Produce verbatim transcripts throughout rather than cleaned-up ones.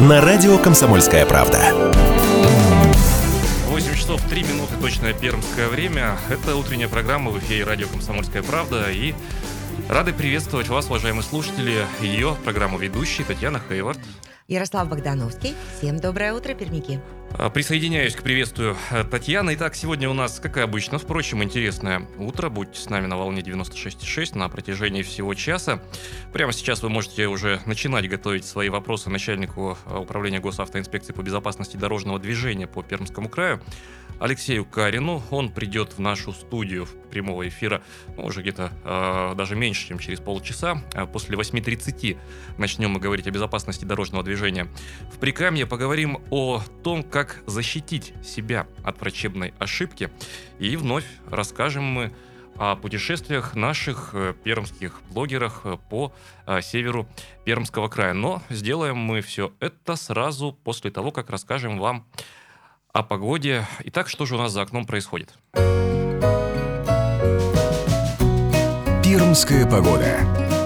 на радио «Комсомольская правда». восемь часов три минуты, точное пермское время. Это утренняя программа в эфире радио «Комсомольская правда». И рады приветствовать вас, уважаемые слушатели. Ее программу ведущий Татьяна Хейвард. Ярослав Богдановский. Всем доброе утро, пермяки. Присоединяюсь к приветствию Татьяны. Итак, сегодня у нас, как и обычно, впрочем, интересное утро. Будьте с нами на волне девяносто шесть и шесть на протяжении всего часа. Прямо сейчас вы можете уже начинать готовить свои вопросы начальнику управления госавтоинспекции по безопасности дорожного движения по Пермскому краю Алексею Карину. Он придет в нашу студию прямого эфира, ну, уже где-то э, даже меньше, чем через полчаса. После восемь тридцать начнем мы говорить о безопасности дорожного движения. В Прикамье поговорим о том, как защитить себя от врачебной ошибки. И вновь расскажем мы о путешествиях наших пермских блогерах по северу Пермского края. Но сделаем мы все это сразу после того, как расскажем вам о погоде. Итак, что же у нас за окном происходит? Пермская погода.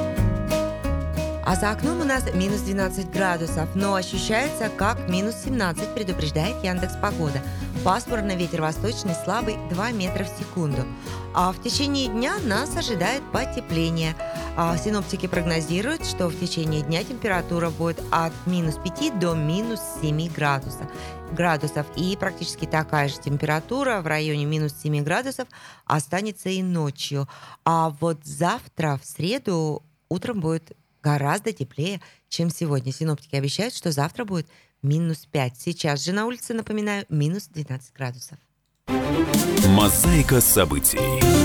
А за окном у нас минус двенадцать градусов, но ощущается как минус семнадцать, предупреждает Яндекс.Погода. Пасмурно, ветер восточный слабый два метра в секунду. А в течение дня нас ожидает потепление. А синоптики прогнозируют, что в течение дня температура будет от минус пяти до минус семи градусов. градусов. И практически такая же температура в районе минус семи градусов останется и ночью. А вот завтра, в среду, утром будет гораздо теплее, чем сегодня. Синоптики обещают, что завтра будет минус пять. Сейчас же на улице, напоминаю, минус двенадцать градусов. Мозаика событий.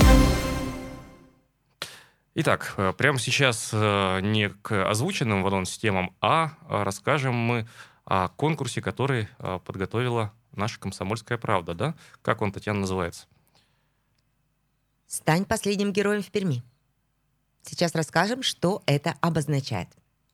Итак, прямо сейчас не к озвученным в анонсе темам, а расскажем мы о конкурсе, который подготовила наша «Комсомольская правда». Да? Как он, Татьяна, называется? «Стань последним героем в Перми». Сейчас расскажем, что это обозначает.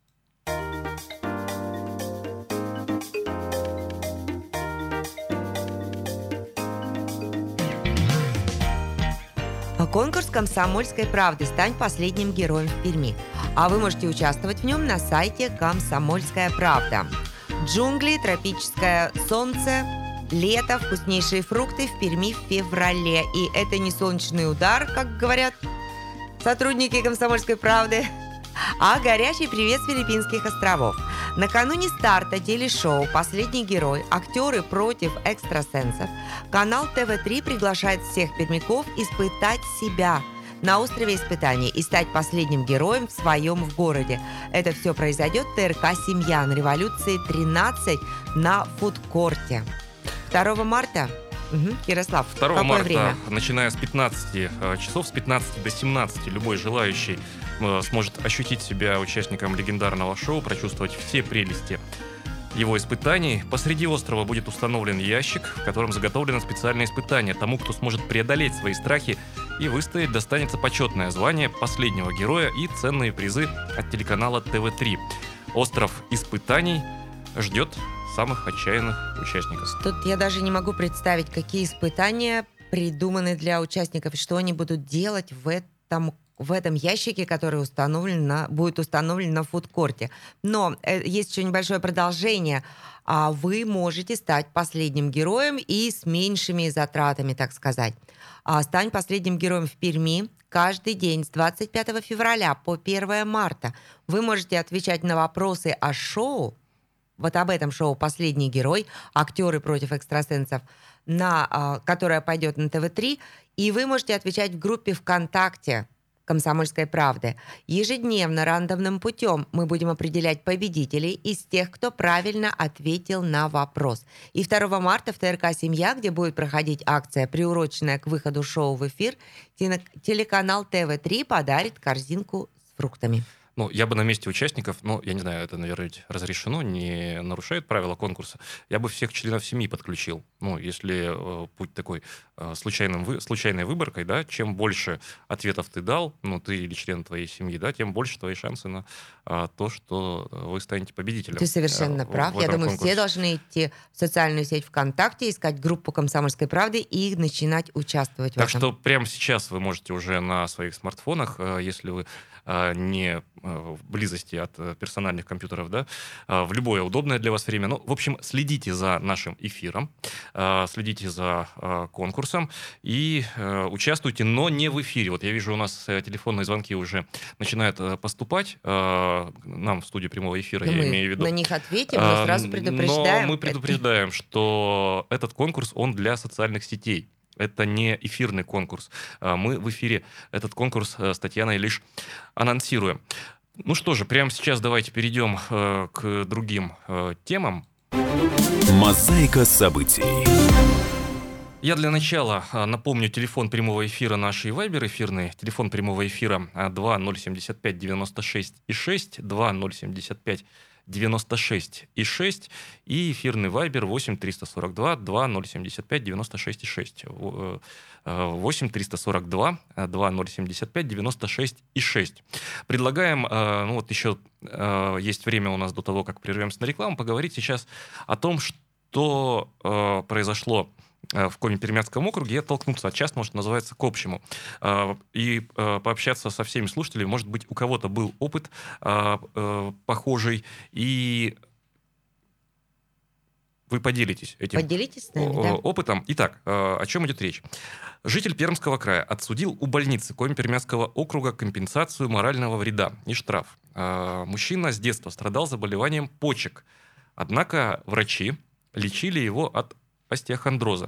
Конкурс «Комсомольской правды. Стань последним героем в Перми». А вы можете участвовать в нем на сайте «Комсомольская правда». Джунгли, тропическое солнце, лето, вкуснейшие фрукты в Перми в феврале. И это не солнечный удар, как говорят сотрудники «Комсомольской правды», а горячий привет с Филиппинских островов. Накануне старта телешоу «Последний герой. Актеры против экстрасенсов» канал тэ вэ три приглашает всех пермяков испытать себя на острове испытаний и стать последним героем в своем в городе. Это все произойдет в тэ эр ка «Семья» на Революции тринадцать на фудкорте. второго марта. Угу. Ярослав, второго какое марта, время? Начиная с пятнадцати часов, с пятнадцати до семнадцати, любой желающий сможет ощутить себя участником легендарного шоу, прочувствовать все прелести его испытаний. Посреди острова будет установлен ящик, в котором заготовлено специальное испытание. Тому, кто сможет преодолеть свои страхи и выстоять, достанется почетное звание последнего героя и ценные призы от телеканала тэ вэ три. Остров испытаний ждет самых отчаянных участников. Тут я даже не могу представить, какие испытания придуманы для участников, что они будут делать в этом в этом ящике, который установлен на, будет установлен на фудкорте. Но э, есть еще небольшое продолжение. А вы можете стать последним героем и с меньшими затратами, так сказать. А стань последним героем в Перми каждый день с двадцать пятого февраля по первого марта. Вы можете отвечать на вопросы о шоу, вот об этом шоу «Последний герой. Актеры против экстрасенсов», на, а, которое пойдет на тэ вэ три, и вы можете отвечать в группе ВКонтакте «Комсомольской правды». Ежедневно рандомным путем мы будем определять победителей из тех, кто правильно ответил на вопрос. И второго марта в тэ эр ка «Семья», где будет проходить акция, приуроченная к выходу шоу в эфир, телеканал тэ вэ три подарит корзинку с фруктами. Ну, я бы на месте участников, ну, я не знаю, это, наверное, ведь разрешено, не нарушает правила конкурса, я бы всех членов семьи подключил. Ну, если э, путь такой э, случайным вы, случайной выборкой, да, чем больше ответов ты дал, ну, ты или член твоей семьи, да, тем больше твои шансы на э, то, что вы станете победителем. Ты совершенно э, прав. В, в я думаю, конкурсе. все должны идти в социальную сеть ВКонтакте, искать группу «Комсомольской правды» и начинать участвовать так в этом. Так что прямо сейчас вы можете уже на своих смартфонах, э, если вы а, не а, в близости от а, персональных компьютеров, да, а, в любое удобное для вас время. Ну, в общем, следите за нашим эфиром, а, следите за а, конкурсом и а, участвуйте, но не в эфире. Вот я вижу, у нас а, телефонные звонки уже начинают а, поступать а, нам в студии прямого эфира, Но я мы имею в виду. на них ответим, но А, сразу Но предупреждаем. мы это- предупреждаем, что этот конкурс, он для социальных сетей. Это не эфирный конкурс. А Мы в эфире этот конкурс э, с Татьяной лишь анонсируем. Ну что же, прямо сейчас давайте перейдем э, к другим э, темам. Мозаика событий. Я для начала а, напомню телефон прямого эфира нашей Вайбер эфирный. Телефон прямого эфира а, два ноль семь пять девяносто шесть и шесть, два ноль семь пять девяносто шесть и шесть, и эфирный Вайбер восемь триста сорок два два ноль семь пять девяносто шесть и шесть. В- э, восемь триста сорок два два ноль семь пять девяносто шесть и шесть. Предлагаем, э, ну вот еще э, есть время у нас до того, как прервемся на рекламу, поговорить сейчас о том, что э, произошло э, в Коми-Пермяцком округе, и оттолкнуться от частного, что называется, к общему. Э, И э, пообщаться со всеми слушателями. Может быть, у кого-то был опыт э, э, похожий, и вы поделитесь этим Поделитесь с нами, о- да? опытом. Итак, э, о чем идет речь? Житель Пермского края отсудил у больницы Коми-Пермяцкого округа компенсацию морального вреда и штраф. Э, Мужчина с детства страдал заболеванием почек. Однако врачи лечили его от остеохондроза.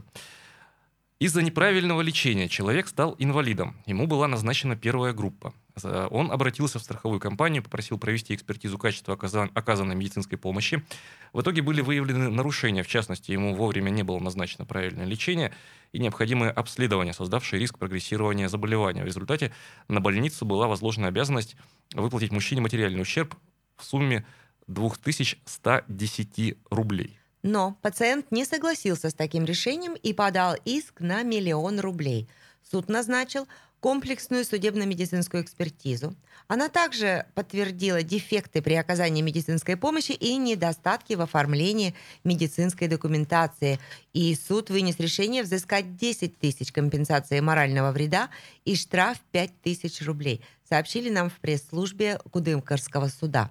Из-за неправильного лечения человек стал инвалидом. Ему была назначена первая группа. За- Он обратился в страховую компанию, попросил провести экспертизу качества оказа- оказанной медицинской помощи. В итоге были выявлены нарушения. В частности, ему вовремя не было назначено правильное лечение и необходимые обследования, создавшие риск прогрессирования заболевания. В результате на больницу была возложена обязанность выплатить мужчине материальный ущерб в сумме две тысячи сто десять рублей. Но пациент не согласился с таким решением и подал иск на миллион рублей. Суд назначил комплексную судебно-медицинскую экспертизу. Она также подтвердила дефекты при оказании медицинской помощи и недостатки в оформлении медицинской документации. И суд вынес решение взыскать десять тысяч компенсации морального вреда и штраф пять тысяч рублей, сообщили нам в пресс-службе Кудымкарского суда.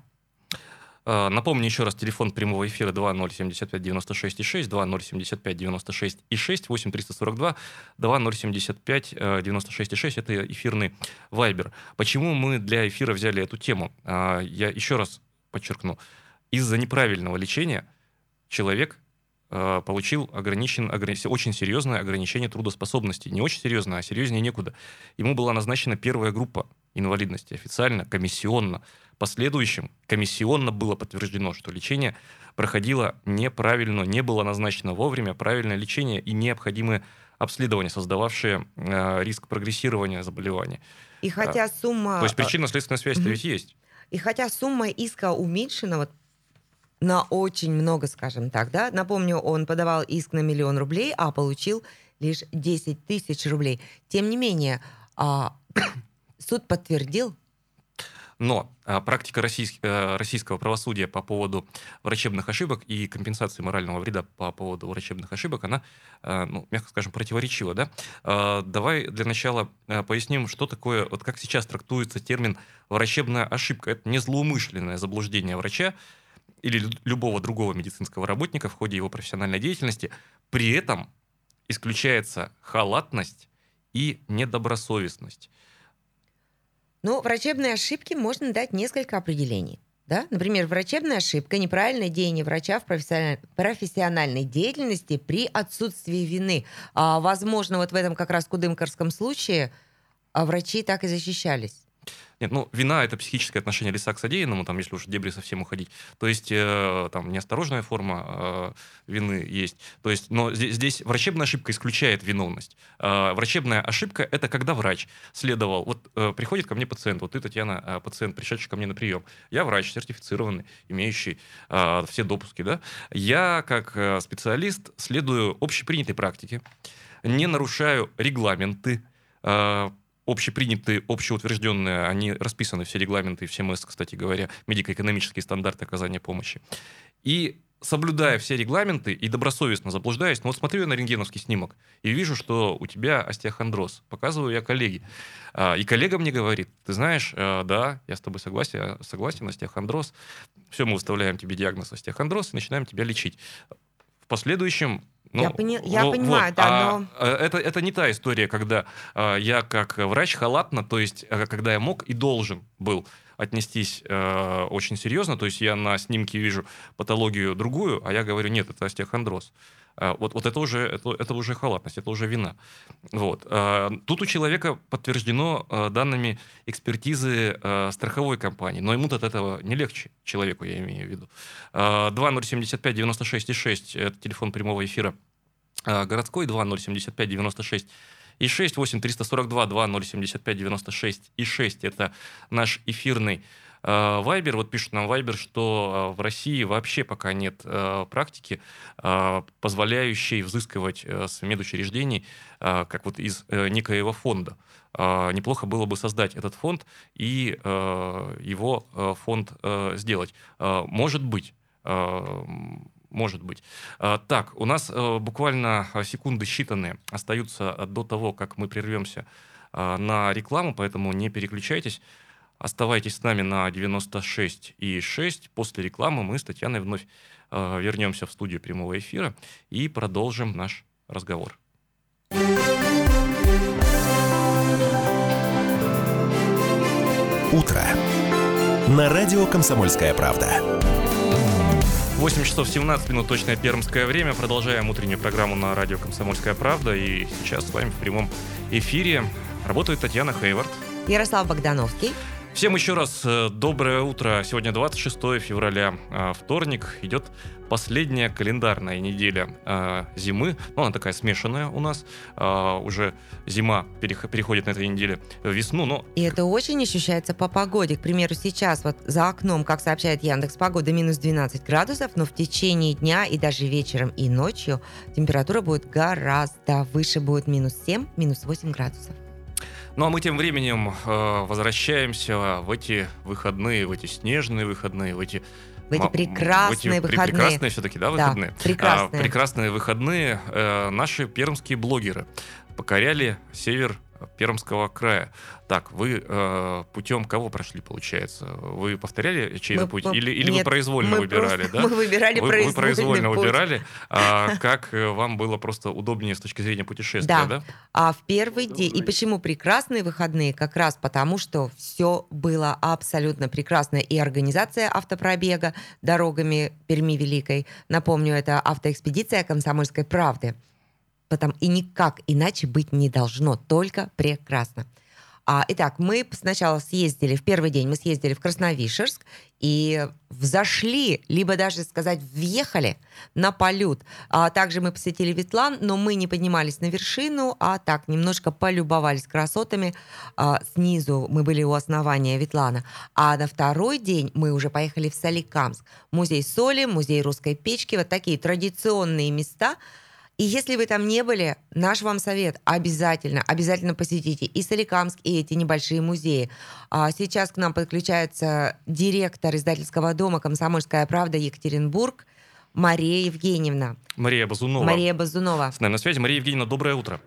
Э, Напомню еще раз, телефон прямого эфира два ноль семь пять девяносто шесть и шесть, два ноль семь пять девяносто шесть и шесть, восемь триста сорок два два ноль семь пять девяносто шесть и шесть. Это эфирный Вайбер. Почему мы для эфира взяли эту тему? А, Я еще раз подчеркну. Из-за неправильного лечения человек э, получил ограничен, ограни- очень серьезное ограничение трудоспособности. Не очень серьезное, а серьезнее некуда. Ему была назначена первая группа инвалидности официально, комиссионно. Последующим комиссионно было подтверждено, что лечение проходило неправильно, не было назначено вовремя правильное лечение и необходимые обследования, создававшие э, риск прогрессирования заболевания. И хотя сумма... То есть э, причинно-следственная связь-то мгм. ведь есть. И хотя сумма иска уменьшена вот на очень много, скажем так, да, напомню, он подавал иск на миллион рублей, а получил лишь десять тысяч рублей. Тем не менее, а, суд подтвердил. Но а, практика российс- э, российского правосудия по поводу врачебных ошибок и компенсации морального вреда по поводу врачебных ошибок, она, э, ну, мягко скажем, противоречива. Да? А, Давай для начала э, поясним, что такое, вот как сейчас трактуется термин «врачебная ошибка». Это не злоумышленное заблуждение врача или лю- любого другого медицинского работника в ходе его профессиональной деятельности. При этом исключается халатность и недобросовестность. Ну, врачебной ошибке можно дать несколько определений. Да? Например, врачебная ошибка – неправильное деяние врача в профессиональ- профессиональной деятельности при отсутствии вины. А, возможно, вот в этом как раз кудымкарском случае а, врачи так и защищались. Нет, ну, вина — это психическое отношение лица к содеянному, там, если уж в дебри совсем уходить. То есть, э, там, неосторожная форма э, вины есть. То есть, но здесь, здесь врачебная ошибка исключает виновность. Э, врачебная ошибка — это когда врач следовал... Вот э, приходит ко мне пациент, вот ты, Татьяна, э, пациент, пришедший ко мне на прием. Я врач, сертифицированный, имеющий э, все допуски, да. Я, как э, специалист, следую общепринятой практике, не нарушаю регламенты, э, общепринятые, общеутвержденные, они расписаны, все регламенты, все МЭС, кстати говоря, медико-экономические стандарты оказания помощи. И соблюдая все регламенты и добросовестно заблуждаясь, ну вот смотрю я на рентгеновский снимок и вижу, что у тебя остеохондроз. Показываю я коллеге. А, И коллега мне говорит, ты знаешь, э, да, я с тобой согласен, согласен, остеохондроз. Все, мы выставляем тебе диагноз остеохондроз и начинаем тебя лечить. В последующем, Я, ну, пони- я во- понимаю, вот, да, а но э, это, это не та история, когда э, я как врач халатно, то есть э, когда я мог и должен был отнестись э, очень серьезно, то есть я на снимке вижу патологию другую, а я говорю, нет, это остеохондроз. А, Вот, вот это, уже, это, это уже халатность, это уже вина. Вот. А, Тут у человека подтверждено э, данными экспертизы э, страховой компании, но ему от этого не легче, человеку я имею в виду. А, два ноль семь пять девяносто шесть шесть это телефон прямого эфира а, городской, два ноль семь пять девяносто шесть и шесть, восемь триста сорок два два ноль семь пять девяносто шесть и шесть это наш эфирный э, Вайбер. Вот пишут нам Вайбер, что э, в России вообще пока нет э, практики, э, позволяющей взыскивать э, с медучреждений, э, как вот из э, некоего фонда. Э, Неплохо было бы создать этот фонд и э, его э, фонд э, сделать. Э, Может быть. э, Может быть. А, Так, у нас э, буквально а, секунды считанные остаются а, до того, как мы прервемся а, на рекламу, поэтому не переключайтесь. Оставайтесь с нами на девяносто шесть и шесть. После рекламы мы с Татьяной вновь э, вернемся в студию прямого эфира и продолжим наш разговор. Утро. На радио «Комсомольская правда». восемь часов семнадцать минут, точное пермское время. Продолжаем утреннюю программу на радио «Комсомольская правда». И сейчас с вами в прямом эфире работает Татьяна Хейвард. Ярослав Богдановский. Всем еще раз э, доброе утро. Сегодня двадцать шестое февраля, э, вторник. Идет последняя календарная неделя э, зимы. Ну, она такая смешанная у нас. Э, уже зима перех- переходит на этой неделе в весну, но... И это очень ощущается по погоде. К примеру, сейчас вот за окном, как сообщает Яндекс.Погода, минус двенадцать градусов, но в течение дня и даже вечером и ночью температура будет гораздо выше, будет минус семь, минус восемь градусов. Ну, а мы тем временем э, возвращаемся в эти выходные, в эти снежные выходные, в эти... В эти ма- прекрасные в эти выходные. Прекрасные все-таки, да, выходные? Да, прекрасные. А, прекрасные выходные э, наши пермские блогеры покоряли север Пермского края. Так, вы э, путем кого прошли, получается? Вы повторяли чей-то Мы путь? по- Или, или вы Нет, произвольно мы выбирали, просто- да? мы выбирали вы, произвольный вы произвольно путь. выбирали, а, как э, вам было просто удобнее с точки зрения путешествия, Да. да? А в первый день, и почему прекрасные выходные? Как раз потому, что все было абсолютно прекрасно. И организация автопробега дорогами Перми Великой, напомню, это автоэкспедиция «Комсомольской правды». Потом и никак иначе быть не должно, только прекрасно. А, итак, мы сначала съездили, в первый день мы съездили в Красновишерск и взошли, либо даже сказать въехали на Полют. А также мы посетили Ветлан, но мы не поднимались на вершину, а так немножко полюбовались красотами. А, снизу мы были у основания Ветлана. А на второй день мы уже поехали в Соликамск. Музей соли, музей русской печки, вот такие традиционные места. И если вы там не были, наш вам совет обязательно, обязательно посетите и Соликамск, и эти небольшие музеи. А сейчас к нам подключается директор издательского дома «Комсомольская правда» Екатеринбург Мария Евгеньевна. Мария Базунова. Мария Базунова. С нами на связи. Мария Евгеньевна, доброе утро.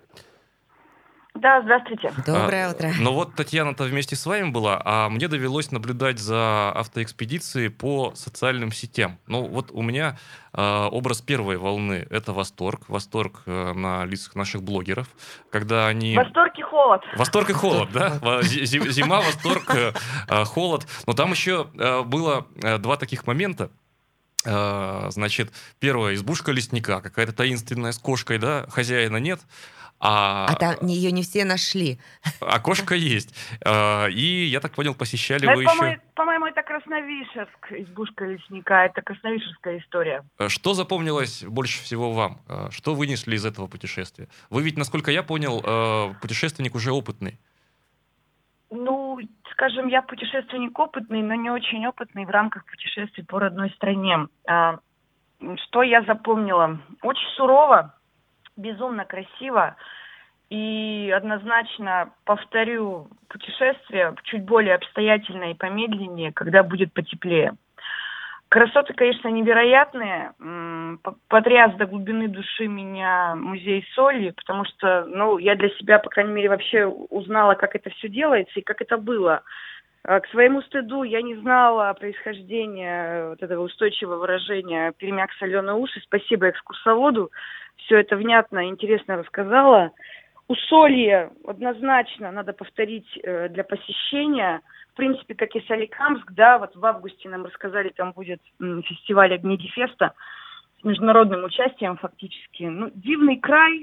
Да, здравствуйте. Доброе А, утро. Ну вот Татьяна-то вместе с вами была, а мне довелось наблюдать за автоэкспедицией по социальным сетям. Ну вот у меня э, образ первой волны — это восторг. Восторг э, на лицах наших блогеров, когда они... Восторг и холод. Восторг и холод, да? Во- зи- зи- Зима, восторг, э, э, холод. Но там еще э, было э, два таких момента. Э, Значит, первое — избушка лесника, какая-то таинственная с кошкой, да, хозяина нет. А, А там ее не все нашли. а кошка есть. А, И, я так понял, посещали Ну, вы это, еще... по-моему, по-моему, это Красновишерск, избушка лесника. Это красновишерская история. Что запомнилось больше всего вам? А, Что вынесли из этого путешествия? Вы ведь, насколько я понял, э, путешественник уже опытный. Ну, скажем, я путешественник опытный, но не очень опытный в рамках путешествий по родной стране. А, что я запомнила? Очень сурово, безумно красиво. И однозначно повторю путешествие чуть более обстоятельно и помедленнее, когда будет потеплее. Красоты, конечно, невероятные. М, п- Потряс до глубины души меня музей соли, потому что, ну, я для себя, по крайней мере, вообще узнала, как это все делается и как это было. А, К своему стыду я не знала происхождения вот этого устойчивого выражения «перемяк соленые уши». Спасибо экскурсоводу. Все это внятно и интересно рассказала. Усолье однозначно надо повторить э, для посещения. В принципе, как и Соликамск, да, вот в августе нам рассказали, там будет м, фестиваль «Огни Дефеста» с международным участием фактически. Ну, дивный край.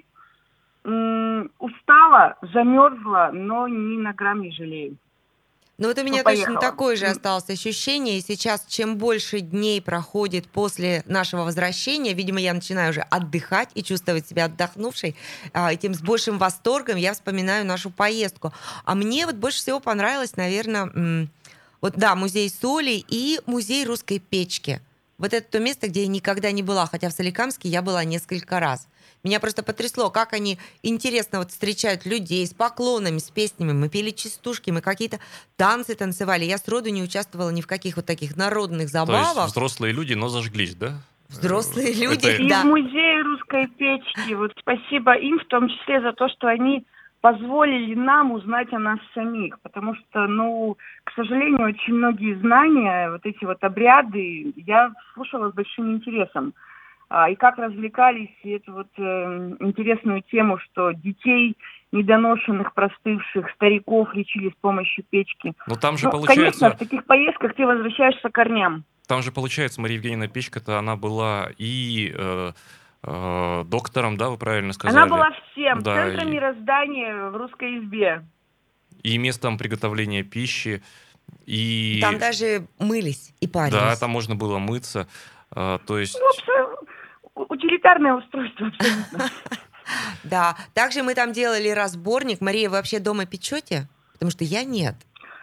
М, устала, замерзла, но ни на грамм не жалею. Ну вот у Что меня точно поехала. такое же М, осталось ощущение, и сейчас чем больше дней проходит после нашего возвращения, видимо, я начинаю уже отдыхать и чувствовать себя отдохнувшей, а, и тем с большим восторгом я вспоминаю нашу поездку. А мне вот больше всего понравилось, наверное, вот да, музей соли и музей русской печки. Вот это то место, где я никогда не была, хотя в Соликамске я была несколько раз. Меня просто потрясло, как они интересно вот встречают людей с поклонами, с песнями. Мы пели частушки, мы какие-то танцы танцевали. Я сроду не участвовала ни в каких вот таких народных То есть забавах. взрослые люди, но зажглись, да? Взрослые Э, люди, Это И в да. музее русской печки. Вот спасибо им, в том числе за то, что они позволили нам узнать о нас самих. Потому что, ну, к сожалению, очень многие знания, вот эти вот обряды, я слушала с большим интересом. А, и как развлекались, и эту вот э, интересную тему, что детей недоношенных, простывших, стариков лечили с помощью печки. Но там же Ну, конечно, в получается, таких поездках ты возвращаешься к корням. там же получается, Мария Евгеньевна Печка-то, она была и э, э, доктором, да, вы правильно Она сказали, была всем да, центром и, мироздания в русской избе. и местом приготовления пищи, Там и даже мылись и да, парились. там можно было мыться, э, то Ну, есть, абсо- у- утилитарное устройство абсолютно. Да, также мы там делали разборник. Мария, вы вообще дома печете? Потому что я нет.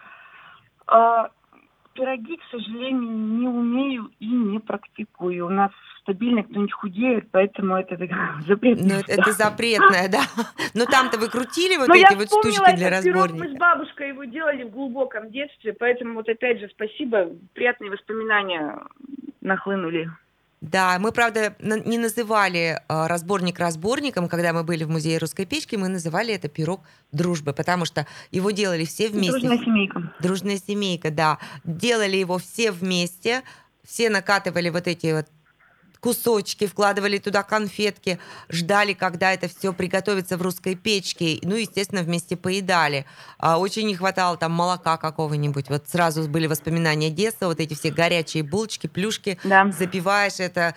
А, Пироги, к сожалению, не умею и не практикую. У нас стабильно кто-нибудь худеет, поэтому это такая Ну, запретная это, это ситуация. запретное, да. Но там-то вы крутили вот Но я эти вот вспомнила штучки для этот пирог, мы с разборника? бабушкой его делали в глубоком детстве, поэтому вот опять же спасибо, приятные воспоминания нахлынули. Да, мы, правда, на- не называли э, разборник разборником, когда мы были в музее русской печки, мы называли это пирог дружбы, потому что его делали все вместе. Дружная семейка. Дружная семейка, да. Делали его все вместе, все накатывали вот эти вот кусочки, вкладывали туда конфетки, ждали, когда это все приготовится в русской печке. Ну, естественно, вместе поедали. А, очень не хватало там молока какого-нибудь. Вот сразу были воспоминания детства, вот эти все горячие булочки, плюшки. Да. Запиваешь это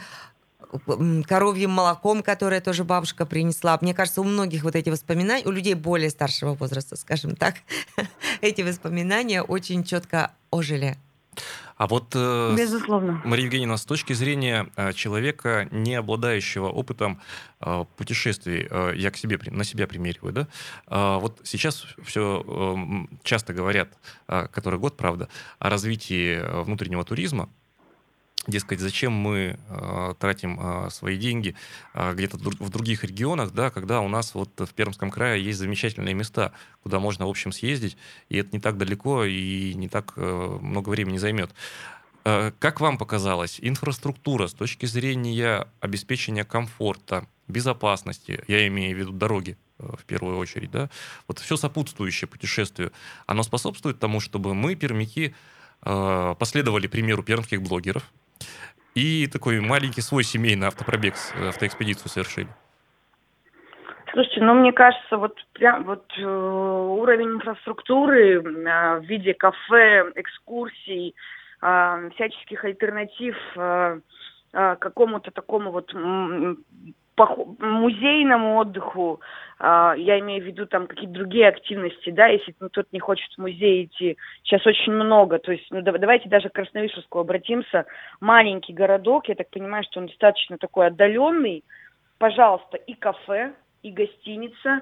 м, коровьим молоком, которое тоже бабушка принесла. Мне кажется, у многих вот эти воспоминания, у людей более старшего возраста, скажем так, эти воспоминания очень четко ожили. а вот, э, с- Безусловно. Мария Евгеньевна, с точки зрения э, человека, не обладающего опытом э, путешествий, э, я к себе, при- на себя примериваю, да, э, вот сейчас все часто говорят, э, который год, правда, о развитии э, внутреннего туризма. Дескать, зачем мы э, тратим э, свои деньги э, где-то дру- в других регионах, да, когда у нас вот в Пермском крае есть замечательные места, куда можно, в общем, съездить, и это не так далеко и не так э, много времени займет. Э, Как вам показалось, инфраструктура с точки зрения обеспечения комфорта, безопасности, я имею в виду дороги э, в первую очередь, да, вот все сопутствующее путешествию, оно способствует тому, чтобы мы, пермяки, э, последовали примеру пермских блогеров и такой маленький свой семейный автопробег, с- э, автоэкспедицию совершили? Слушайте, ну мне кажется, вот прям вот э, уровень инфраструктуры э, в виде кафе, экскурсий, э, всяческих альтернатив э, э, какому-то такому вот м, похо- музейному отдыху, э, я имею в виду там какие-то другие активности, да, если ну, кто-то не хочет в музей идти, сейчас очень много, то есть ну, да- давайте даже к Красновишерску обратимся, маленький городок, я так понимаю, что он достаточно такой отдаленный, пожалуйста, и кафе, и гостиница,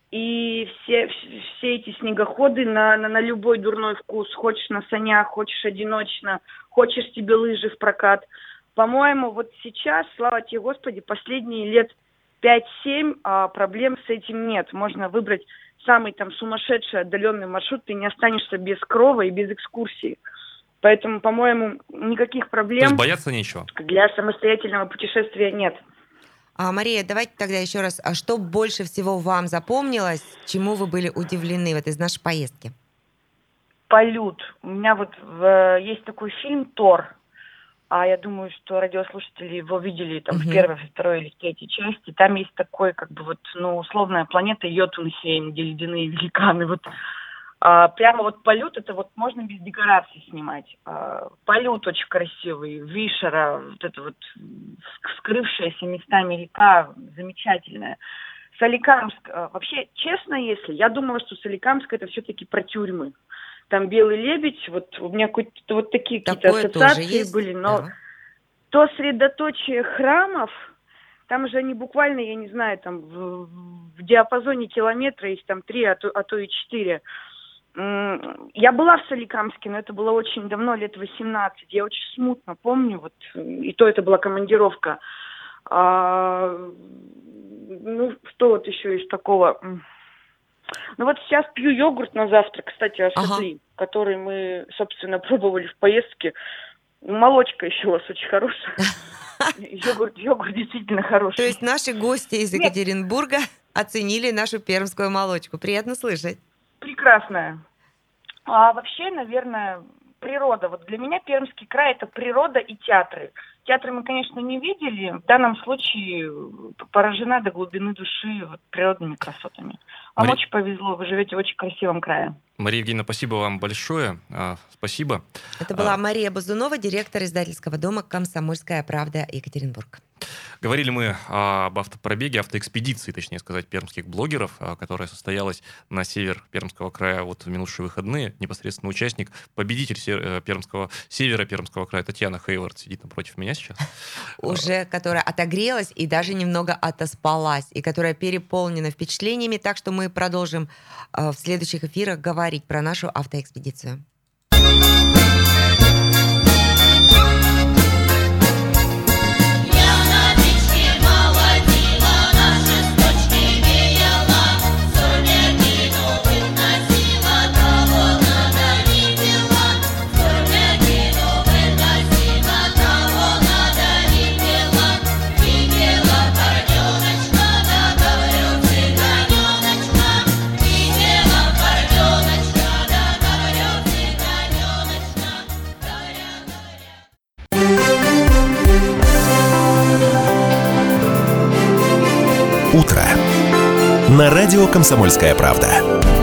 и все, вс- все эти снегоходы на, на, на любой дурной вкус. Хочешь на санях, хочешь одиночно, хочешь тебе лыжи в прокат. По-моему, вот сейчас, слава тебе Господи, последние лет пять-семь а, проблем с этим нет. Можно выбрать самый там сумасшедший отдаленный маршрут, ты не останешься без крова и без экскурсии. Поэтому, по-моему, никаких проблем... То есть бояться нечего? Для самостоятельного путешествия нет. А, Мария, давайте тогда еще раз. А что больше всего вам запомнилось, чему вы были удивлены вот из нашей поездки? Полет. У меня вот в, есть такой фильм «Тор». А я думаю, что радиослушатели его видели там Мгм. в первой, во второй или в третьей части. Там есть такой, как бы вот, ну, условная планета Йотунхейм, где ледяные великаны. Вот а, прямо вот полет, это вот можно без декораций снимать. А, полет очень красивый, Вишера, вот это вот вс- вскрывшаяся местами река, замечательная. Соликамск, а, вообще, честно, если, я думала, что Соликамск это все-таки про тюрьмы. Там «Белый лебедь», вот у меня какие-то вот такие какие-то Такое тоже ассоциации есть? были, но Да. то средоточие храмов, там же они буквально, я не знаю, там в, в диапазоне километра, их там три, а то, а то и четыре. М, Я была в Соликамске, но это было очень давно, лет восемнадцать. Я очень смутно помню, вот, и то это была командировка. А, ну, что вот еще из такого... М, Ну вот сейчас пью йогурт на завтрак, кстати, ашатли, который мы, собственно, пробовали в поездке. Молочка еще у вас очень хорошая. Йогурт, йогурт действительно хороший. То есть наши гости из Нет. Екатеринбурга оценили нашу пермскую молочку. Приятно слышать. Прекрасная. А вообще, наверное, природа. Вот для меня Пермский край – это природа и театры. Театры мы, конечно, не видели. В данном случае поражена до глубины души вот, природными красотами. Вам Мари- очень повезло, вы живете в очень красивом крае. Мария Евгеньевна, спасибо вам большое. А, Спасибо. Это была А, Мария Базунова, директор издательского дома «Комсомольская правда» Екатеринбург. Говорили мы об автопробеге, автоэкспедиции, точнее сказать, пермских блогеров, а, которая состоялась на север Пермского края вот в минувшие выходные. Непосредственно участник, победитель се- э, Пермского, севера Пермского края Татьяна Хейвард сидит напротив меня сейчас. Уже которая отогрелась и даже немного отоспалась, и которая переполнена впечатлениями, так что мы продолжим э, в следующих эфирах говорить про нашу автоэкспедицию. Я на печке молотила, на шесточке веяла, сурмякину выносила, кого надо видела, сурмякину выносила, кого надо видела, видела парненочка, да говорю цыганеночка, видела парненочка, да говорю цыганеночка, говоря, говоря. Утро. На радио «Комсомольская правда».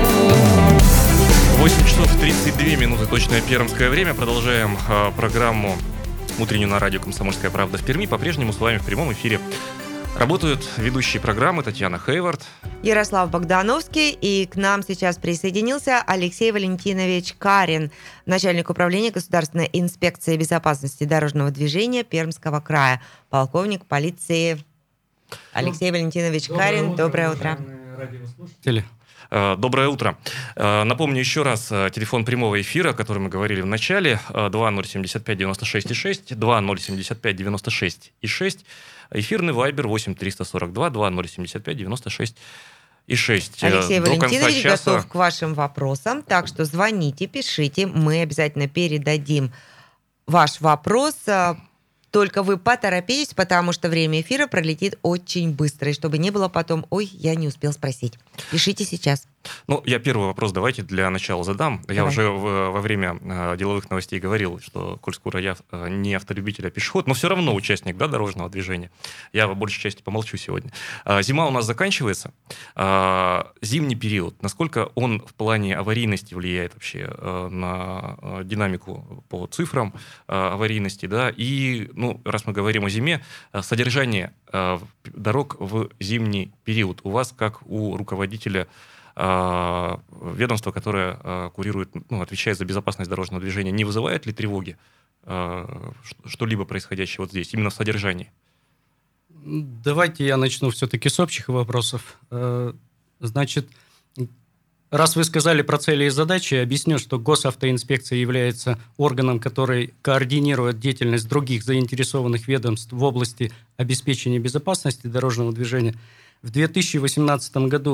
восемь часов тридцать две минуты, точное пермское время. Продолжаем э, программу утреннюю на радио «Комсомольская правда» в Перми. По-прежнему с вами в прямом эфире работают ведущие программы Татьяна Хейвард. Ярослав Богдановский, и к нам сейчас присоединился Алексей Валентинович Карин, начальник управления Государственной инспекции безопасности дорожного движения Пермского края, полковник полиции. Алексей Валентинович Карин, доброе утро. Радиослушатели. Э, Доброе утро. Э, Напомню еще раз э, телефон прямого эфира, о котором мы говорили в начале. э, два ноль семь пять девяносто шесть и шесть, два ноль семь пять девяносто шесть и шесть. Эфирный вайбер восемь триста сорок два два ноль семь пять девяносто шесть и шесть. Э, Алексей до конца Валентинович часа- готов к вашим вопросам, так что звоните, пишите, мы обязательно передадим ваш вопрос. а, Только вы поторопитесь, потому что время эфира пролетит очень быстро, и чтобы не было потом, ой, я не успел спросить. Пишите сейчас. Ну, я первый вопрос давайте для начала задам. Я Давай. уже в- во время э, деловых новостей говорил, что, коль скоро я э, не автолюбитель, а пешеход, но все равно участник, да, дорожного движения. Я в большей части помолчу сегодня. Э, зима у нас заканчивается. Э, зимний период, насколько он в плане аварийности влияет вообще э, на э, динамику по цифрам э, аварийности, да, и, ну, раз мы говорим о зиме, э, содержание э, дорог в зимний период у вас, как у руководителя э, ведомства, которое э, курирует, ну, отвечает за безопасность дорожного движения, не вызывает ли тревоги э, ш- что-либо происходящее вот здесь, именно в содержании? Давайте я начну все-таки с общих вопросов. Э, Значит, раз вы сказали про цели и задачи, я объясню, что госавтоинспекция является органом, который координирует деятельность других заинтересованных ведомств в области обеспечения безопасности дорожного движения. В две тысячи восемнадцатом году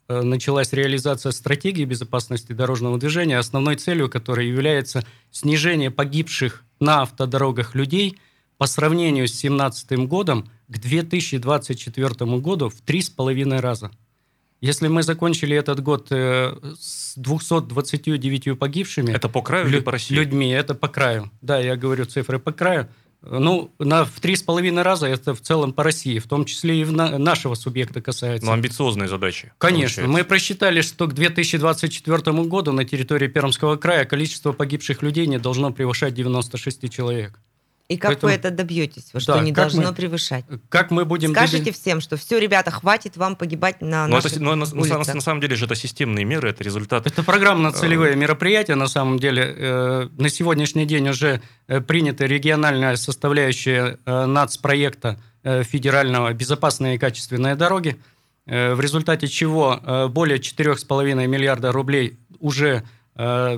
э, началась реализация стратегии безопасности дорожного движения, основной целью которой является снижение погибших на автодорогах людей по сравнению с две тысячи семнадцатым годом к две тысячи двадцать четвёртому году в три с половиной раза. Если мы закончили этот год э, с двумястами двадцатью девятью погибшими... Это по краю или по России? Людьми, это по краю. Да, я говорю цифры по краю. Ну, на, в три с половиной раза это в целом по России, в том числе и в на, нашего субъекта касается. Но амбициозные задачи. Конечно. Получается. Мы просчитали, что к две тысячи двадцать четвёртому году на территории Пермского края количество погибших людей не должно превышать девяносто шесть человек. И как Поэтому- вы это добьетесь? Что Да, не как должно мы- превышать? Как мы будем... Скажите добе- всем, что все, ребята, хватит вам погибать на Но, наших это, но на, на- улицах. на самом деле же это системные меры, это результат... Это программно-целевые мероприятия, на самом деле. Э, На сегодняшний день уже э, принята региональная составляющая э, нацпроекта э, федерального «Безопасные и качественные дороги», э, в результате чего э, более четыре с половиной миллиарда рублей уже э,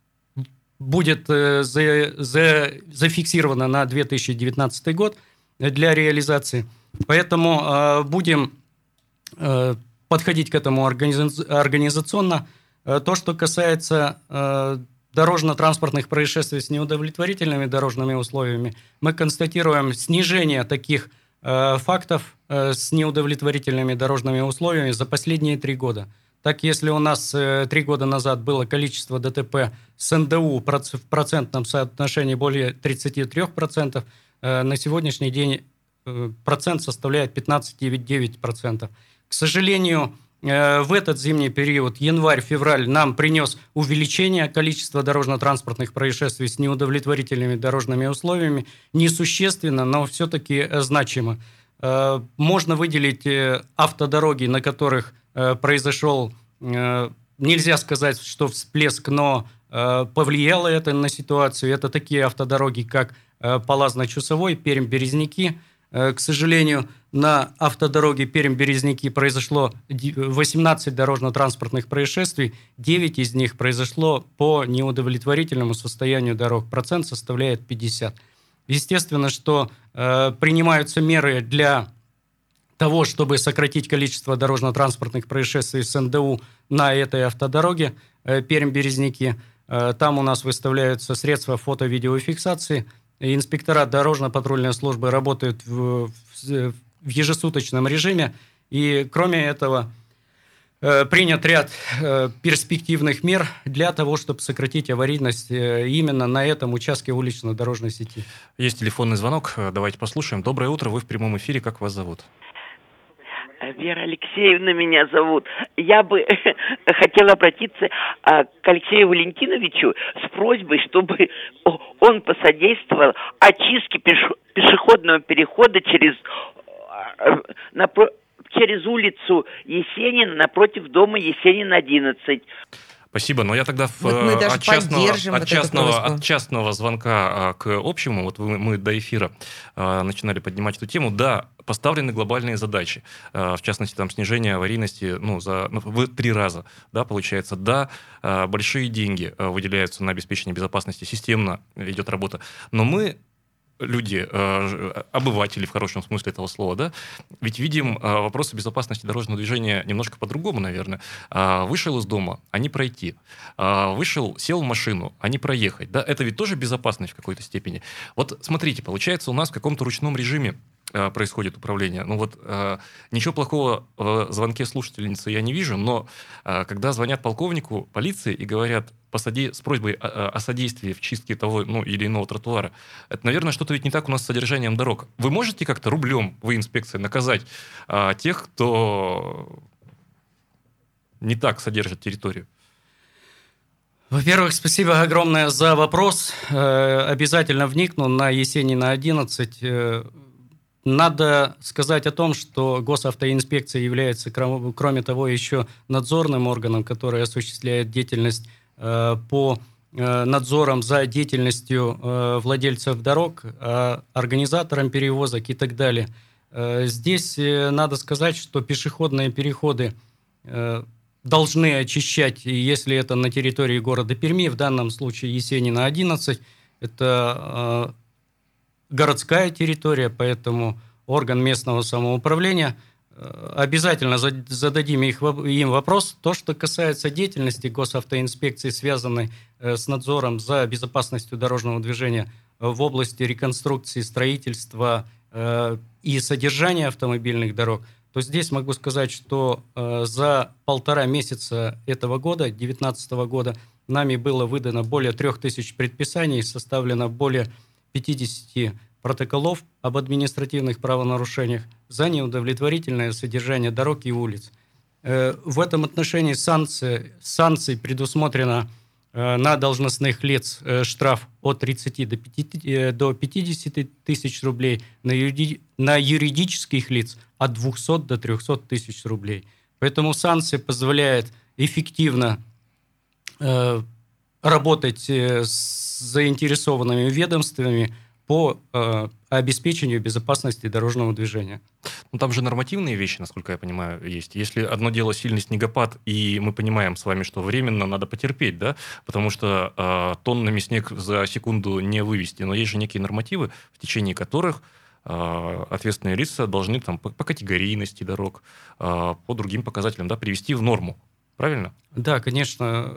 будет э, за- за- зафиксировано на две тысячи девятнадцатый год для реализации. Поэтому э, будем э, подходить к этому организа- организационно. Э, То, что касается э, дорожно-транспортных происшествий с неудовлетворительными дорожными условиями, мы констатируем снижение таких э, фактов э, с неудовлетворительными дорожными условиями за последние три года. Так, если у нас э, три года назад было количество ДТП с эн дэ у проц- в процентном соотношении более тридцать три процента, э, на сегодняшний день э, процент составляет пятнадцать целых девять десятых процента. К сожалению, э, в этот зимний период, январь-февраль, нам принес увеличение количества дорожно-транспортных происшествий с неудовлетворительными дорожными условиями. Несущественно, но все-таки э, значимо. Э, Можно выделить э, автодороги, на которых э, произошел, э, нельзя сказать, что всплеск, но э, повлияло это на ситуацию. Это такие автодороги, как э, Палазно-Чусовой, Пермь-Березники. Э, К сожалению, на автодороге Пермь-Березники произошло ди- восемнадцать дорожно-транспортных происшествий, девять из них произошло по неудовлетворительному состоянию дорог. Процент составляет пятьдесят. Естественно, что э, принимаются меры для того, чтобы сократить количество дорожно-транспортных происшествий с эн дэ у на этой автодороге э, Пермь-Березники. Э, там у нас выставляются средства фото-видеофиксации. И инспектора дорожно-патрульной службы работают в, в- в ежесуточном режиме. И кроме этого э, принят ряд э, перспективных мер для того, чтобы сократить аварийность э, именно на этом участке улично-дорожной сети. Есть телефонный звонок, э, давайте послушаем. Доброе утро, вы в прямом эфире, как вас зовут? Вера Алексеевна меня зовут. Я бы хотела обратиться а, к Алексею Валентиновичу с просьбой, чтобы о- он посодействовал очистке пеш- пешеходного перехода через, а, напро- через улицу Есенина напротив дома Есенина одиннадцать. Спасибо, но я тогда в, Вот мы э, даже от, частного, поддержим от, вот эту частного, просьбу. от частного звонка а, к общему, вот вы- мы до эфира а, начинали поднимать эту тему, да, поставлены глобальные задачи, а, в частности, там, снижение аварийности ну, за, ну, в три раза, да, получается, да, а, большие деньги а, выделяются на обеспечение безопасности, системно идет работа, но мы люди, э, ж- обыватели в хорошем смысле этого слова, да, ведь видим э, вопросы безопасности дорожного движения немножко по-другому, наверное. А, Вышел из дома, а не пройти. А, Вышел, сел в машину, а не проехать. Да, это ведь тоже безопасность в какой-то степени. Вот смотрите, получается, у нас в каком-то ручном режиме э, происходит управление. Ну вот э, ничего плохого в звонке слушательницы я не вижу, но э, когда звонят полковнику полиции и говорят посади, с просьбой о, о содействии в чистке того ну, или иного тротуара, это, наверное, что-то ведь не так у нас с содержанием дорог. Вы можете как-то рублем, вы, инспекция, наказать а, тех, кто не так содержит территорию? Во-первых, спасибо огромное за вопрос. Э, Обязательно вникну на Есенина одиннадцать. Э, Надо сказать о том, что госавтоинспекция является, кро- кроме того, еще надзорным органом, который осуществляет деятельность э, по э, надзорам за деятельностью э, владельцев дорог, э, организаторам перевозок и так далее. Э, Здесь э, надо сказать, что пешеходные переходы э, должны очищать, и если это на территории города Перми, в данном случае Есенина одиннадцать, это э, городская территория, поэтому орган местного самоуправления обязательно зададим их, им вопрос. То, что касается деятельности госавтоинспекции, связанной с надзором за безопасностью дорожного движения в области реконструкции, строительства и содержания автомобильных дорог, то здесь могу сказать, что за полтора месяца этого года, две тысячи девятнадцатого года, нами было выдано более трех тысяч предписаний, составлено более пятьдесят протоколов об административных правонарушениях за неудовлетворительное содержание дорог и улиц. В этом отношении санкции, санкций предусмотрено на должностных лиц штраф от тридцати до пятидесяти тысяч рублей, на, юриди, на юридических лиц от двухсот до трехсот тысяч рублей. Поэтому санкции позволяют эффективно э, работать с заинтересованными ведомствами по э, обеспечению безопасности дорожного движения. Ну, там же нормативные вещи, насколько я понимаю, есть. Если одно дело сильный снегопад, и мы понимаем с вами, что временно надо потерпеть, да, потому что э, тоннами снег за секунду не вывести, но есть же некие нормативы, в течение которых э, ответственные лица должны там, по, по категорийности дорог, э, по другим показателям, да, привести в норму. Правильно? Да, конечно.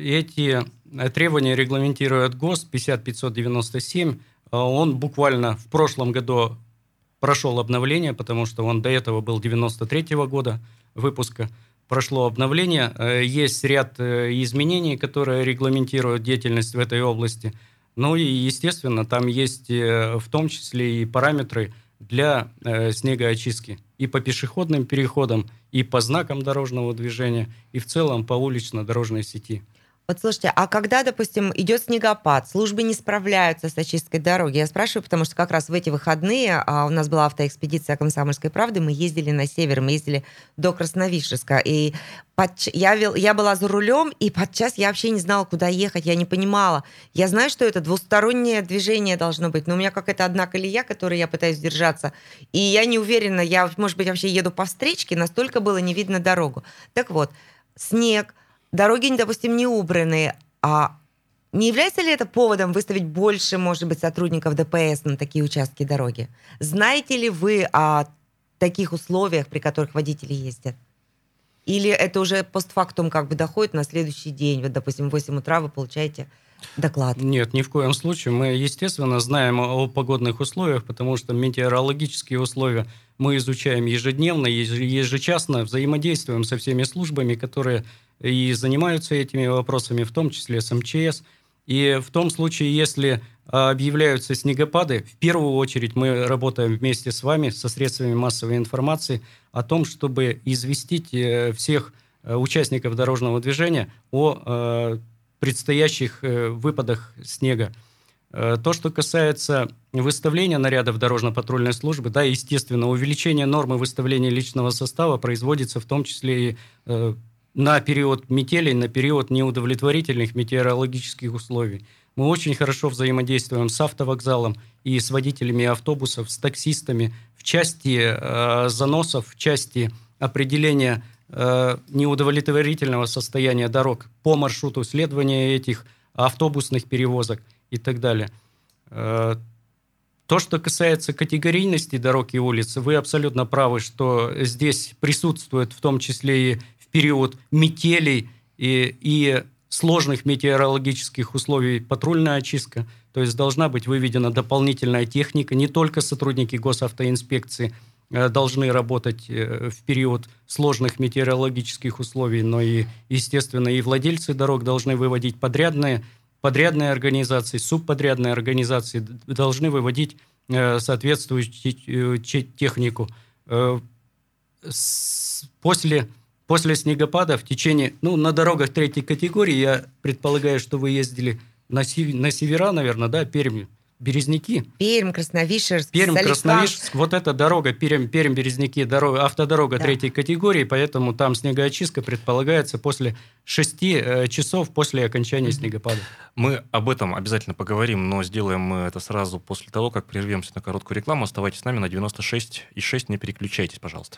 Эти требования регламентирует ГОСТ пятьдесят пятьсот девяносто семь. Он буквально в прошлом году прошел обновление, потому что он до этого был девяносто третьего года выпуска. Прошло обновление. Есть ряд изменений, которые регламентируют деятельность в этой области. Ну и, естественно, там есть в том числе и параметры для снегоочистки и по пешеходным переходам, и по знакам дорожного движения, и в целом по улично-дорожной сети. Вот слушайте, а когда, допустим, идет снегопад, службы не справляются с очисткой дороги? Я спрашиваю, потому что как раз в эти выходные а, у нас была автоэкспедиция «Комсомольской правды», мы ездили на север, мы ездили до Красновишерска, и под, я, я была за рулем, и подчас я вообще не знала, куда ехать, я не понимала. Я знаю, что это двустороннее движение должно быть, но у меня какая-то одна колея, которой я пытаюсь держаться, и я не уверена, я, может быть, вообще еду по встречке, настолько было не видно дорогу. Так вот, снег, дороги, допустим, не убранные. А не является ли это поводом выставить больше, может быть, сотрудников ДПС на такие участки дороги? Знаете ли вы о таких условиях, при которых водители ездят? Или это уже постфактум как бы доходит на следующий день? Вот, допустим, в восемь утра вы получаете доклад. Нет, ни в коем случае. Мы, естественно, знаем о погодных условиях, потому что метеорологические условия мы изучаем ежедневно, ежечасно, взаимодействуем со всеми службами, которые и занимаются этими вопросами, в том числе с эм че эс. И в том случае, если объявляются снегопады, в первую очередь мы работаем вместе с вами, со средствами массовой информации, о том, чтобы известить всех участников дорожного движения о предстоящих выпадах снега. То, что касается выставления нарядов дорожно-патрульной службы, да, естественно, увеличение нормы выставления личного состава производится в том числе и на период метелей, на период неудовлетворительных метеорологических условий. Мы очень хорошо взаимодействуем с автовокзалом и с водителями автобусов, с таксистами в части э, заносов, в части определения э, неудовлетворительного состояния дорог по маршруту следования этих автобусных перевозок и так далее. Э, то, что касается категорийности дорог и улиц, вы абсолютно правы, что здесь присутствует в том числе и период метелей и, и сложных метеорологических условий патрульная очистка. То есть должна быть выведена дополнительная техника. Не только сотрудники госавтоинспекции э, должны работать э, в период сложных метеорологических условий, но и, естественно, и владельцы дорог должны выводить подрядные, подрядные организации, субподрядные организации должны выводить э, соответствующую технику. Э, с, после После снегопада в течение, ну, на дорогах третьей категории, я предполагаю, что вы ездили на, сев, на севера, наверное, да, Пермь, Березники. Пермь, Красновишерск, Пермь, Соликамск. Красновишерск, вот эта дорога, Пермь, Пермь, Березники, дорога, автодорога да. третьей категории, поэтому там снегоочистка предполагается после шести э, часов после окончания mm-hmm. снегопада. Мы об этом обязательно поговорим, но сделаем мы это сразу после того, как прервемся на короткую рекламу. Оставайтесь с нами на девяносто шесть и шесть, не переключайтесь, пожалуйста.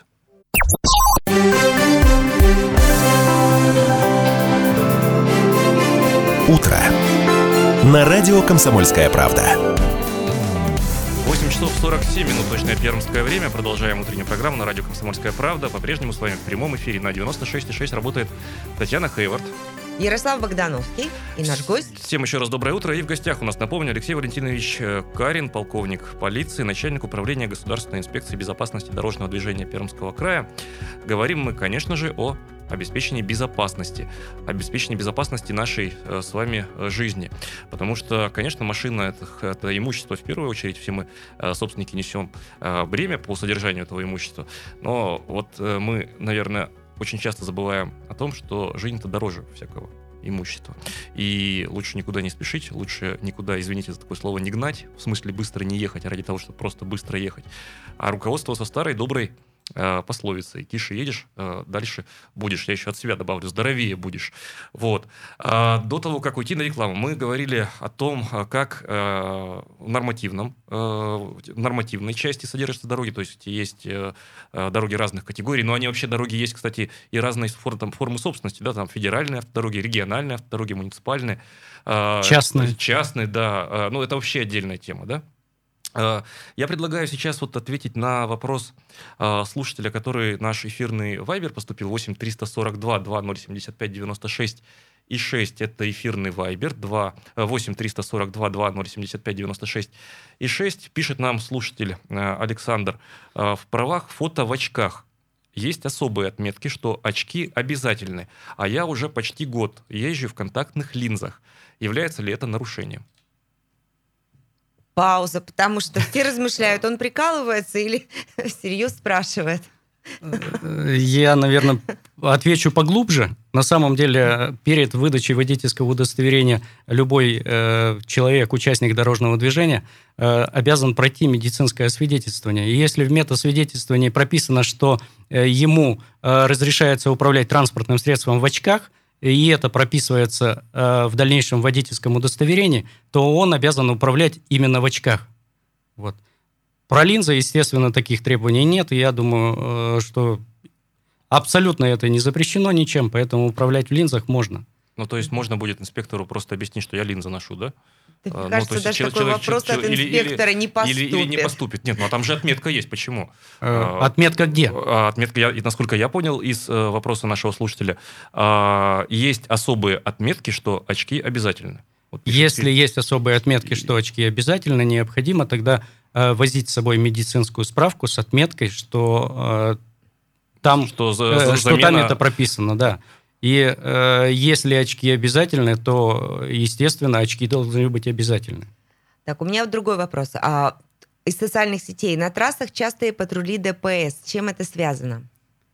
Утро. На радио «Комсомольская правда». восемь часов сорок семь минут, точное пермское время. Продолжаем утреннюю программу на радио «Комсомольская правда». По-прежнему с вами в прямом эфире на девяносто шесть и шесть работает Татьяна Хейвард. Ярослав Богдановский и наш гость. Всем еще раз доброе утро. И в гостях у нас, напомню, Алексей Валентинович Карин, полковник полиции, начальник управления Государственной инспекции безопасности дорожного движения Пермского края. Говорим мы, конечно же, о обеспечении безопасности, обеспечении безопасности нашей э, с вами э, жизни. Потому что, конечно, машина это, это имущество в первую очередь, все мы, э, собственники, несем э, бремя по содержанию этого имущества. Но вот э, мы, наверное, очень часто забываем о том, что жизнь это дороже всякого имущества. И лучше никуда не спешить, лучше никуда, извините за такое слово, не гнать, в смысле быстро не ехать, а ради того, чтобы просто быстро ехать. А руководствоваться старой доброй э, пословицей: тише едешь, э, дальше будешь. Я еще от себя добавлю: здоровее будешь. Вот. А до того, как уйти на рекламу, мы говорили о том, как э, в нормативном, э, в нормативной части содержатся дороги, то есть есть э, дороги разных категорий, но они вообще, дороги есть, кстати, и разные фор, там, формы собственности, да, там федеральные автодороги, региональные автодороги, муниципальные. Э, Частные. Частные, да. Э, ну, это вообще отдельная тема, да. Я предлагаю сейчас вот ответить на вопрос э, слушателя, который наш эфирный вайбер поступил: восемь триста сорок два двадцать семьдесят пять девяносто шесть и шесть. Это эфирный вайбер. восемь триста сорок два двадцать семьдесят пять девяносто шесть и шесть. Пишет нам слушатель э, Александр: э, в правах фото в очках есть особые отметки, что очки обязательны, а я уже почти год езжу в контактных линзах. Является ли это нарушением? Пауза, потому что все размышляют, он прикалывается или всерьез спрашивает. Я, наверное, отвечу поглубже. На самом деле, перед выдачей водительского удостоверения любой э, человек, участник дорожного движения, э, обязан пройти медицинское освидетельствование. И если в медосвидетельствовании прописано, что э, ему э, разрешается управлять транспортным средством в очках, и это прописывается э, в дальнейшем водительском удостоверении, то он обязан управлять именно в очках. Вот. Про линзы, естественно, таких требований нет, и я думаю, э, что абсолютно это не запрещено ничем, поэтому управлять в линзах можно. Ну, то есть можно будет инспектору просто объяснить, что я линзы ношу, да? Да, А, мне ну, кажется, то есть даже человек- такой человек- вопрос от или- или- инспектора не поступит. Или, или не поступит. Нет, ну а там же отметка есть. Почему? Э, А, Отметка где? А, Отметка, я, и насколько я понял из э, вопроса нашего слушателя, а, есть особые отметки, что очки обязательны. Вот пишет Если Филипп. есть особые отметки, что очки обязательно, необходимо тогда э, возить с собой медицинскую справку с отметкой, что э, там, что, за, э, за- что там замена- это прописано, да. И э, если очки обязательны, то, естественно, очки должны быть обязательны. Так, у меня вот другой вопрос. А из социальных сетей на трассах частые патрули ДПС. С чем это связано?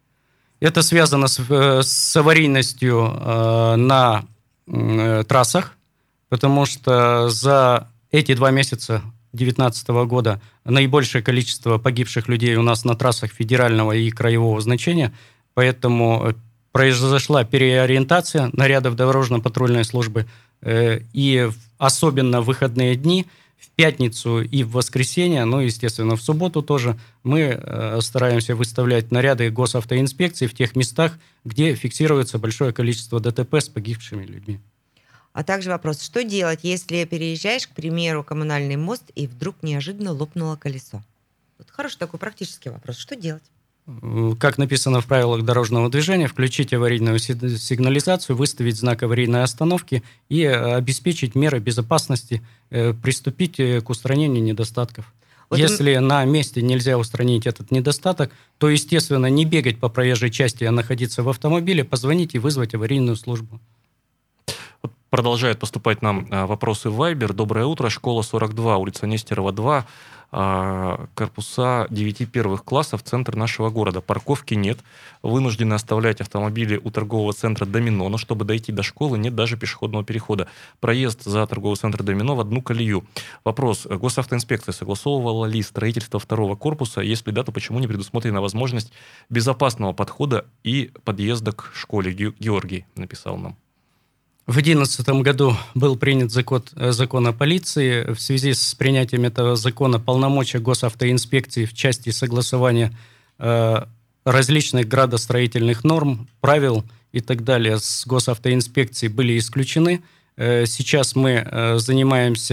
Это связано с, э, с аварийностью э, на э, трассах, потому что за эти два месяца две тысячи девятнадцатого года наибольшее количество погибших людей у нас на трассах федерального и краевого значения, поэтому произошла переориентация нарядов дорожно-патрульной службы, э, и в- особенно в выходные дни, в пятницу и в воскресенье, ну, естественно, в субботу тоже, мы э, стараемся выставлять наряды госавтоинспекции в тех местах, где фиксируется большое количество ДТП с погибшими людьми. А также вопрос, что делать, если переезжаешь, к примеру, коммунальный мост, и вдруг неожиданно лопнуло колесо? Вот хороший такой практический вопрос. Что делать? Э, Как написано в правилах дорожного движения, включить аварийную си- сигнализацию, выставить знак аварийной остановки и э, обеспечить меры безопасности, э, приступить э, к устранению недостатков. Вот Если на месте нельзя устранить этот недостаток, то, естественно, не бегать по проезжей части, а находиться в автомобиле, позвонить и вызвать аварийную службу. Вот продолжают поступать нам а, вопросы в Вайбер. Доброе утро. Школа сорок два, улица Нестерова, два. а, корпуса девяти первых классов, центр нашего города. Парковки нет. Вынуждены оставлять автомобили у торгового центра «Домино», но чтобы дойти до школы, нет даже пешеходного перехода. Проезд за торговый центр «Домино» в одну колею. Вопрос. Госавтоинспекция согласовывала ли строительство второго корпуса? Если да, то почему не предусмотрена возможность безопасного подхода и подъезда к школе? Ге- Георгий написал нам. В две тысячи одиннадцатом году был принят закон, э, закон о полиции. В связи с принятием этого закона полномочия госавтоинспекции в части согласования э, различных градостроительных норм, правил и так далее с госавтоинспекцией были исключены. Э, сейчас мы э, занимаемся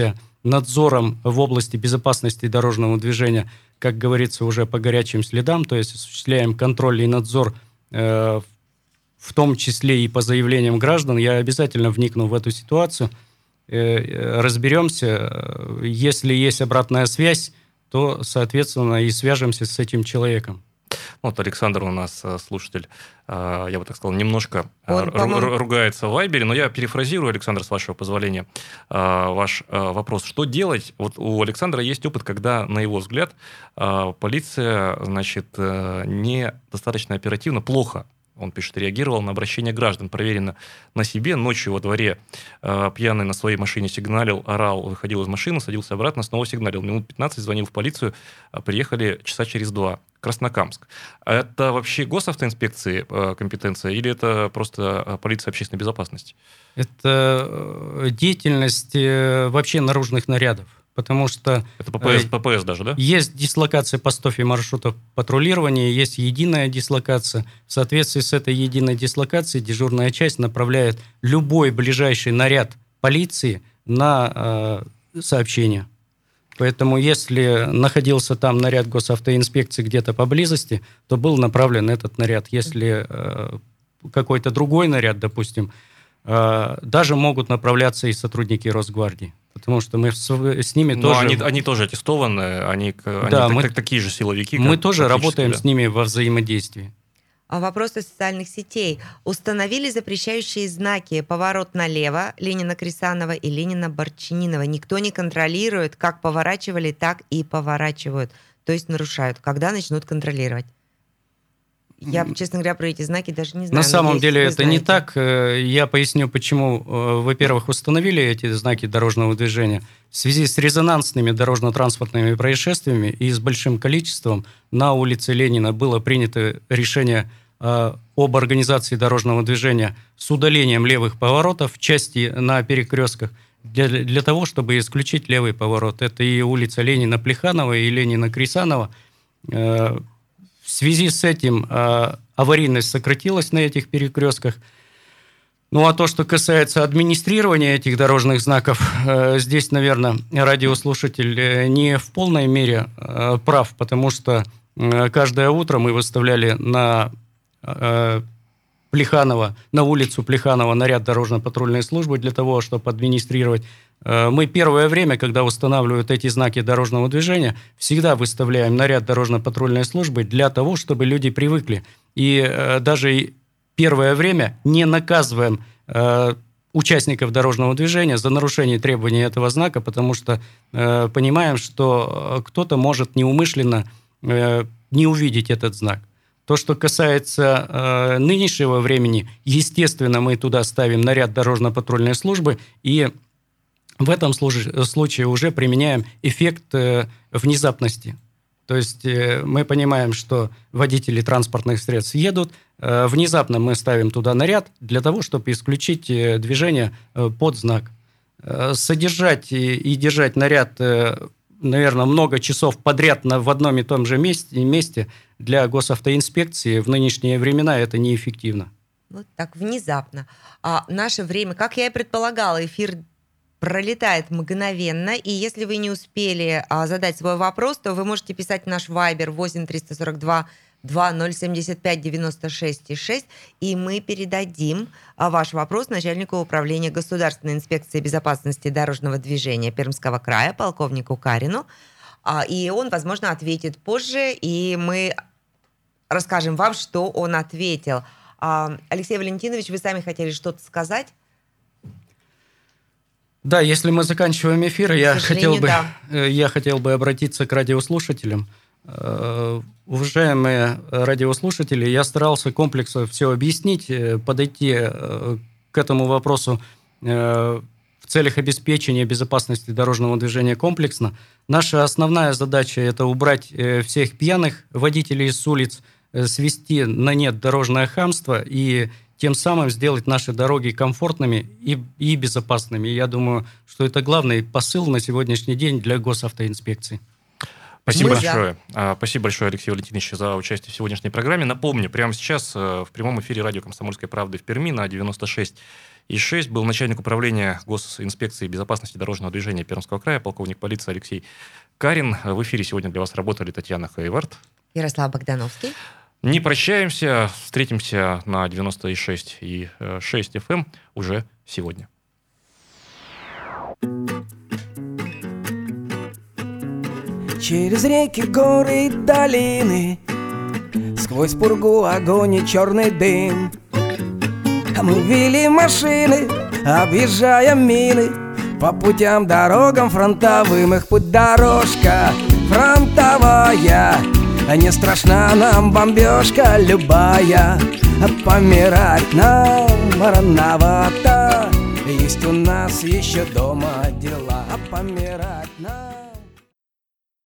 надзором в области безопасности дорожного движения, как говорится, уже по горячим следам, то есть осуществляем контроль и надзор, э, в том числе и по заявлениям граждан. Я обязательно вникну в эту ситуацию, э, разберемся. Если есть обратная связь, то, соответственно, и свяжемся с этим человеком. Вот Александр у нас э, слушатель, э, я бы так сказал, немножко э, Он, ру- по-моему- ру- ругается в Вайбере, но я перефразирую, Александр, с вашего позволения, э, ваш э, вопрос. Что делать? Вот у Александра есть опыт, когда, на его взгляд, э, полиция, значит, э, недостаточно оперативно, плохо, он пишет, реагировал на обращение граждан, проверено на себе. Ночью во дворе э, пьяный на своей машине сигналил, орал, выходил из машины, садился обратно, снова сигналил. Минут пятнадцать звонил в полицию, а приехали часа через два. Краснокамск. А это вообще госавтоинспекции э, компетенция или это просто э, полиция общественной безопасности? Это э, деятельность э, вообще наружных нарядов, потому что Это ППС, э, ППС даже, да? есть дислокация постов и маршрутов патрулирования, есть единая дислокация. В соответствии с этой единой дислокацией дежурная часть направляет любой ближайший наряд полиции на э, сообщение. Поэтому если находился там наряд госавтоинспекции где-то поблизости, то был направлен этот наряд. Если э, какой-то другой наряд, допустим, э, даже могут направляться и сотрудники Росгвардии. Потому что мы с, с ними Но тоже... они, они тоже аттестованы, они, к- они Да, так- мы- так- такие же силовики. Мы как тоже практически, работаем да. с ними во взаимодействии. А вопросы социальных сетей. Установили запрещающие знаки «Поворот налево» Ленина-Крисанова и Ленина-Борчининова. Никто не контролирует, как поворачивали, так и поворачивают. То есть нарушают. Когда начнут контролировать? Я, честно говоря, про эти знаки даже не знаю. На самом Надеюсь, деле вы это не знаете. так. Э, Я поясню, почему. Э, Во-первых, установили эти знаки дорожного движения в связи с резонансными дорожно-транспортными происшествиями и с большим количеством на улице Ленина было принято решение э, об организации дорожного движения с удалением левых поворотов в части на перекрестках для, для того, чтобы исключить левый поворот. Это и улица Ленина-Плеханова, и Ленина-Крисанова. Э, В связи с этим э, аварийность сократилась на этих перекрестках. Ну, а то, что касается администрирования этих дорожных знаков, э, здесь, наверное, радиослушатель э, не в полной мере э, прав, потому что э, каждое утро мы выставляли на э, Плеханова, на улицу Плеханова наряд дорожно-патрульной службы для того, чтобы администрировать. Э, Мы первое время, когда устанавливают эти знаки дорожного движения, всегда выставляем наряд дорожно-патрульной службы для того, чтобы люди привыкли. И э, даже и первое время не наказываем э, участников дорожного движения за нарушение требований этого знака, потому что э, понимаем, что кто-то может неумышленно э, не увидеть этот знак. То, что касается э, нынешнего времени, естественно, мы туда ставим наряд дорожно-патрульной службы, и в этом служи- случае уже применяем эффект э, внезапности. То есть э, мы понимаем, что водители транспортных средств едут, э, внезапно мы ставим туда наряд для того, чтобы исключить э, движение э, под знак. Э, содержать и, и держать наряд, э, наверное, много часов подряд на, в одном и том же месте, месте для госавтоинспекции в нынешние времена это неэффективно. Вот так внезапно. А наше время, как я и предполагала, эфир пролетает мгновенно, и если вы не успели а, задать свой вопрос, то вы можете писать в наш Viber восемь триста сорок два два ноль семьдесят пять девяносто шесть шесть, и мы передадим а, ваш вопрос начальнику управления Государственной инспекции безопасности дорожного движения Пермского края, полковнику Карину, а, и он, возможно, ответит позже, и мы расскажем вам, что он ответил. А, Алексей Валентинович, вы сами хотели что-то сказать? Да, если мы заканчиваем эфир, я хотел, сожалению, бы, да. э, я хотел бы обратиться к радиослушателям. Э, Уважаемые радиослушатели, я старался комплексно все объяснить, э, подойти э, к этому вопросу э, в целях обеспечения безопасности дорожного движения комплексно. Наша основная задача – это убрать э, всех пьяных водителей с улиц, э, свести на нет дорожное хамство и тем самым сделать наши дороги комфортными и, и безопасными. Я думаю, что это главный посыл на сегодняшний день для госавтоинспекции. Спасибо Мы за. большое. А, Спасибо большое, Алексей Валентинович, за участие в сегодняшней программе. Напомню, прямо сейчас э, в прямом эфире радио «Комсомольская правда» в Перми на девяносто шесть и шесть был начальник управления Госинспекции безопасности дорожного движения Пермского края, полковник полиции Алексей Карин. В эфире сегодня для вас работали Татьяна Хейвард. Ярослав Богдановский. Не прощаемся, встретимся на девяносто шесть и шесть эф эм уже сегодня. Через реки, горы и долины, сквозь пургу, огонь и черный дым, мы вели машины, объезжая мины, по путям, дорогам фронтовым. Их путь дорожка фронтовая, не страшна нам бомбежка любая. Помирать нам рановато, есть у нас еще дома дела. Помирать нам